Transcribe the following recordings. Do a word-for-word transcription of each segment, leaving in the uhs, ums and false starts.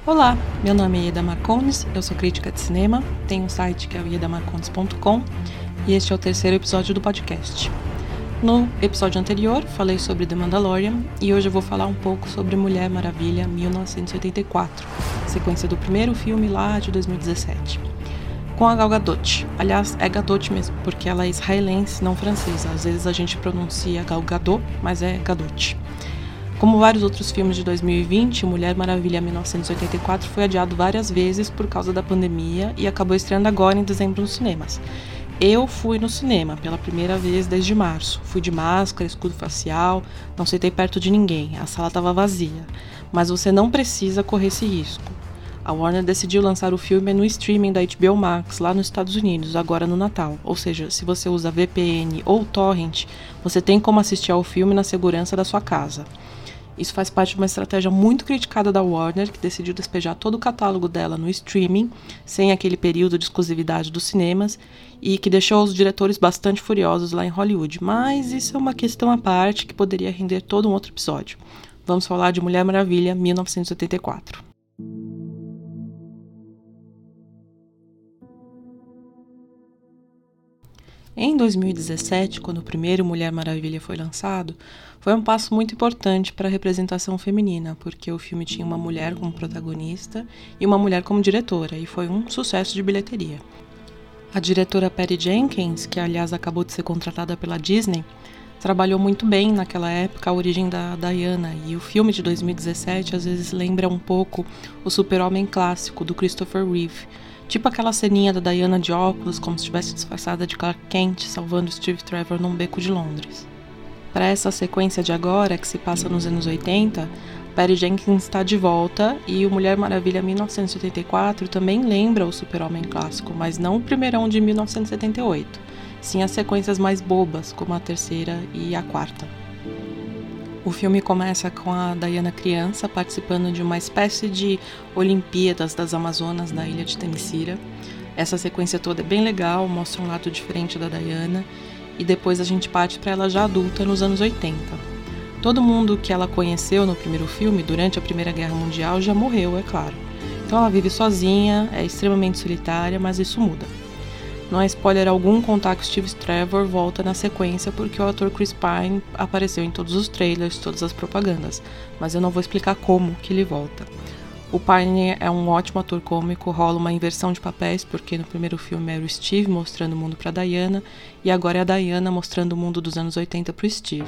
Olá, meu nome é Ieda Marcondes, eu sou crítica de cinema, tenho um site que é o ieda marcondes ponto com e este é o terceiro episódio do podcast. No episódio anterior, falei sobre The Mandalorian e hoje eu vou falar um pouco sobre Mulher Maravilha mil novecentos e oitenta e quatro, sequência do primeiro filme lá de dois mil e dezessete. Com a Gal Gadot. Aliás, é Gadot mesmo, porque ela é israelense, não francesa. Às vezes a gente pronuncia Gal Gadot, mas é Gadot. Como vários outros filmes de dois mil e vinte, Mulher Maravilha mil novecentos e oitenta e quatro foi adiado várias vezes por causa da pandemia e acabou estreando agora em dezembro nos cinemas. Eu fui no cinema pela primeira vez desde março. Fui de máscara, escudo facial, não sentei perto de ninguém, a sala estava vazia. Mas você não precisa correr esse risco. A Warner decidiu lançar o filme no streaming da H B O Max, lá nos Estados Unidos, agora no Natal. Ou seja, se você usa V P N ou torrent, você tem como assistir ao filme na segurança da sua casa. Isso faz parte de uma estratégia muito criticada da Warner, que decidiu despejar todo o catálogo dela no streaming, sem aquele período de exclusividade dos cinemas, e que deixou os diretores bastante furiosos lá em Hollywood. Mas isso é uma questão à parte que poderia render todo um outro episódio. Vamos falar de Mulher Maravilha mil novecentos e oitenta e quatro. Em dois mil e dezessete, quando o primeiro Mulher Maravilha foi lançado, foi um passo muito importante para a representação feminina, porque o filme tinha uma mulher como protagonista e uma mulher como diretora, e foi um sucesso de bilheteria. A diretora Patty Jenkins, que aliás acabou de ser contratada pela Disney, trabalhou muito bem naquela época a origem da Diana, e o filme de dois mil e dezessete às vezes lembra um pouco o Super-Homem clássico do Christopher Reeve, tipo aquela ceninha da Diana de óculos, como se estivesse disfarçada de Clark Kent, salvando Steve Trevor num beco de Londres. Para essa sequência de agora, que se passa nos anos oitenta, Patty Jenkins está de volta e o Mulher Maravilha mil novecentos e oitenta e quatro também lembra o Super-Homem clássico, mas não o primeirão de mil novecentos e setenta e oito, sim as sequências mais bobas, como a terceira e a quarta. O filme começa com a Diana criança participando de uma espécie de Olimpíadas das Amazonas na ilha de Themyscira. Essa sequência toda é bem legal, mostra um lado diferente da Diana, e depois a gente parte para ela já adulta nos anos oitenta. Todo mundo que ela conheceu no primeiro filme, durante a Primeira Guerra Mundial, já morreu, é claro. Então ela vive sozinha, é extremamente solitária, mas isso muda. Não é spoiler algum contar que Steve Trevor volta na sequência porque o ator Chris Pine apareceu em todos os trailers, todas as propagandas, mas eu não vou explicar como que ele volta. O Pine é um ótimo ator cômico, rola uma inversão de papéis, porque no primeiro filme era o Steve mostrando o mundo para a Diana, e agora é a Diana mostrando o mundo dos anos oitenta para o Steve.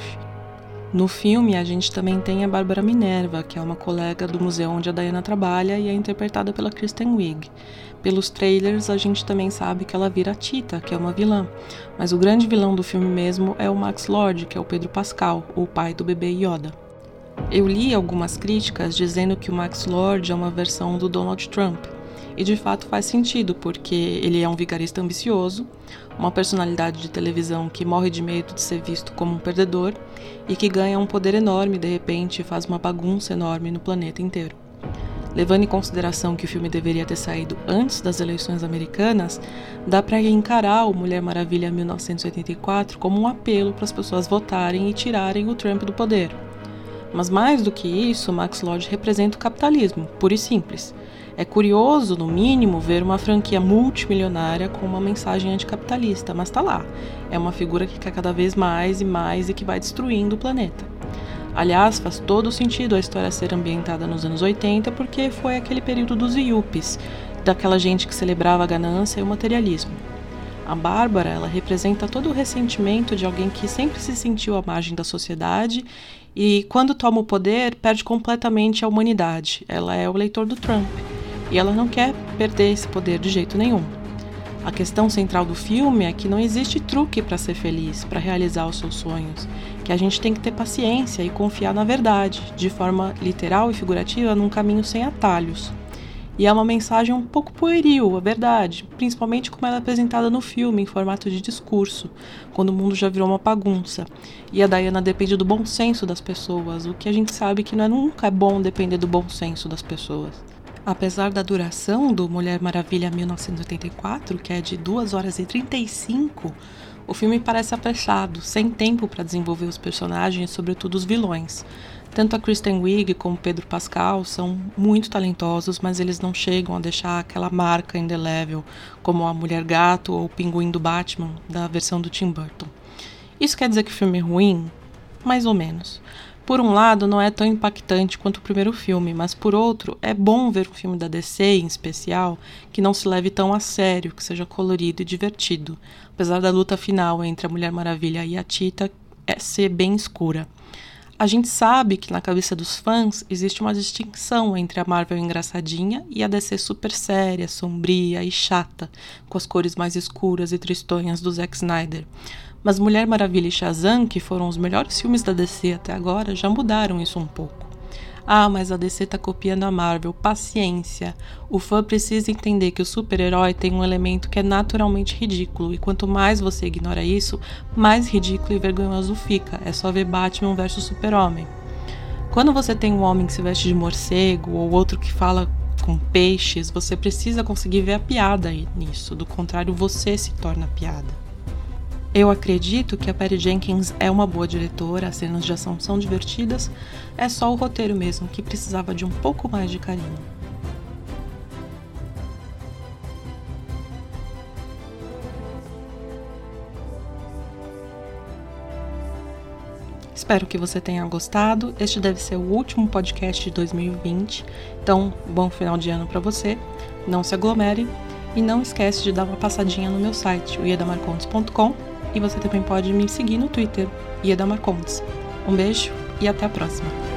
No filme, a gente também tem a Bárbara Minerva, que é uma colega do museu onde a Diana trabalha e é interpretada pela Kristen Wiig. Pelos trailers, a gente também sabe que ela vira a Tita, que é uma vilã. Mas o grande vilão do filme mesmo é o Max Lord, que é o Pedro Pascal, o pai do bebê Yoda. Eu li algumas críticas dizendo que o Max Lord é uma versão do Donald Trump. E de fato faz sentido, porque ele é um vigarista ambicioso, uma personalidade de televisão que morre de medo de ser visto como um perdedor e que ganha um poder enorme de repente e faz uma bagunça enorme no planeta inteiro. Levando em consideração que o filme deveria ter saído antes das eleições americanas, dá para encarar o Mulher Maravilha mil novecentos e oitenta e quatro como um apelo para as pessoas votarem e tirarem o Trump do poder. Mas mais do que isso, Max Lord representa o capitalismo, puro e simples. É curioso, no mínimo, ver uma franquia multimilionária com uma mensagem anticapitalista, mas tá lá. É uma figura que quer cada vez mais e mais e que vai destruindo o planeta. Aliás, faz todo sentido a história ser ambientada nos anos oitenta, porque foi aquele período dos yuppies, daquela gente que celebrava a ganância e o materialismo. A Bárbara, ela representa todo o ressentimento de alguém que sempre se sentiu à margem da sociedade e, quando toma o poder, perde completamente a humanidade. Ela é o eleitor do Trump e ela não quer perder esse poder de jeito nenhum. A questão central do filme é que não existe truque para ser feliz, para realizar os seus sonhos, que a gente tem que ter paciência e confiar na verdade, de forma literal e figurativa, num caminho sem atalhos. E é uma mensagem um pouco pueril, é verdade, principalmente como ela é apresentada no filme, em formato de discurso, quando o mundo já virou uma bagunça. E a Diana depende do bom senso das pessoas, o que a gente sabe que não é, nunca é bom depender do bom senso das pessoas. Apesar da duração do Mulher Maravilha mil novecentos e oitenta e quatro, que é de duas horas e trinta e cinco, O filme parece apressado, sem tempo para desenvolver os personagens e, sobretudo, os vilões. Tanto a Kristen Wiig como Pedro Pascal são muito talentosos, mas eles não chegam a deixar aquela marca indelével, como a Mulher Gato ou o Pinguim do Batman, da versão do Tim Burton. Isso quer dizer que o filme é ruim? Mais ou menos. Por um lado, não é tão impactante quanto o primeiro filme, mas por outro, é bom ver um filme da D C, em especial, que não se leve tão a sério, que seja colorido e divertido, apesar da luta final entre a Mulher Maravilha e a Cheetah é ser bem escura. A gente sabe que na cabeça dos fãs existe uma distinção entre a Marvel engraçadinha e a D C super séria, sombria e chata, com as cores mais escuras e tristonhas do Zack Snyder. Mas Mulher Maravilha e Shazam, que foram os melhores filmes da D C até agora, já mudaram isso um pouco. Ah, mas a D C tá copiando a Marvel. Paciência. O fã precisa entender que o super-herói tem um elemento que é naturalmente ridículo, e quanto mais você ignora isso, mais ridículo e vergonhoso fica. É só ver Batman versus Super-Homem. Quando você tem um homem que se veste de morcego, ou outro que fala com peixes, você precisa conseguir ver a piada nisso. Do contrário, você se torna piada. Eu acredito que a Patty Jenkins é uma boa diretora, as cenas de ação são divertidas, é só o roteiro mesmo, que precisava de um pouco mais de carinho. Espero que você tenha gostado. Este deve ser o último podcast de dois mil e vinte, então bom final de ano para você, não se aglomere e não esquece de dar uma passadinha no meu site, o ieda marcondes ponto com. E você também pode me seguir no Twitter, Ieda Marcondes. Um beijo e até a próxima!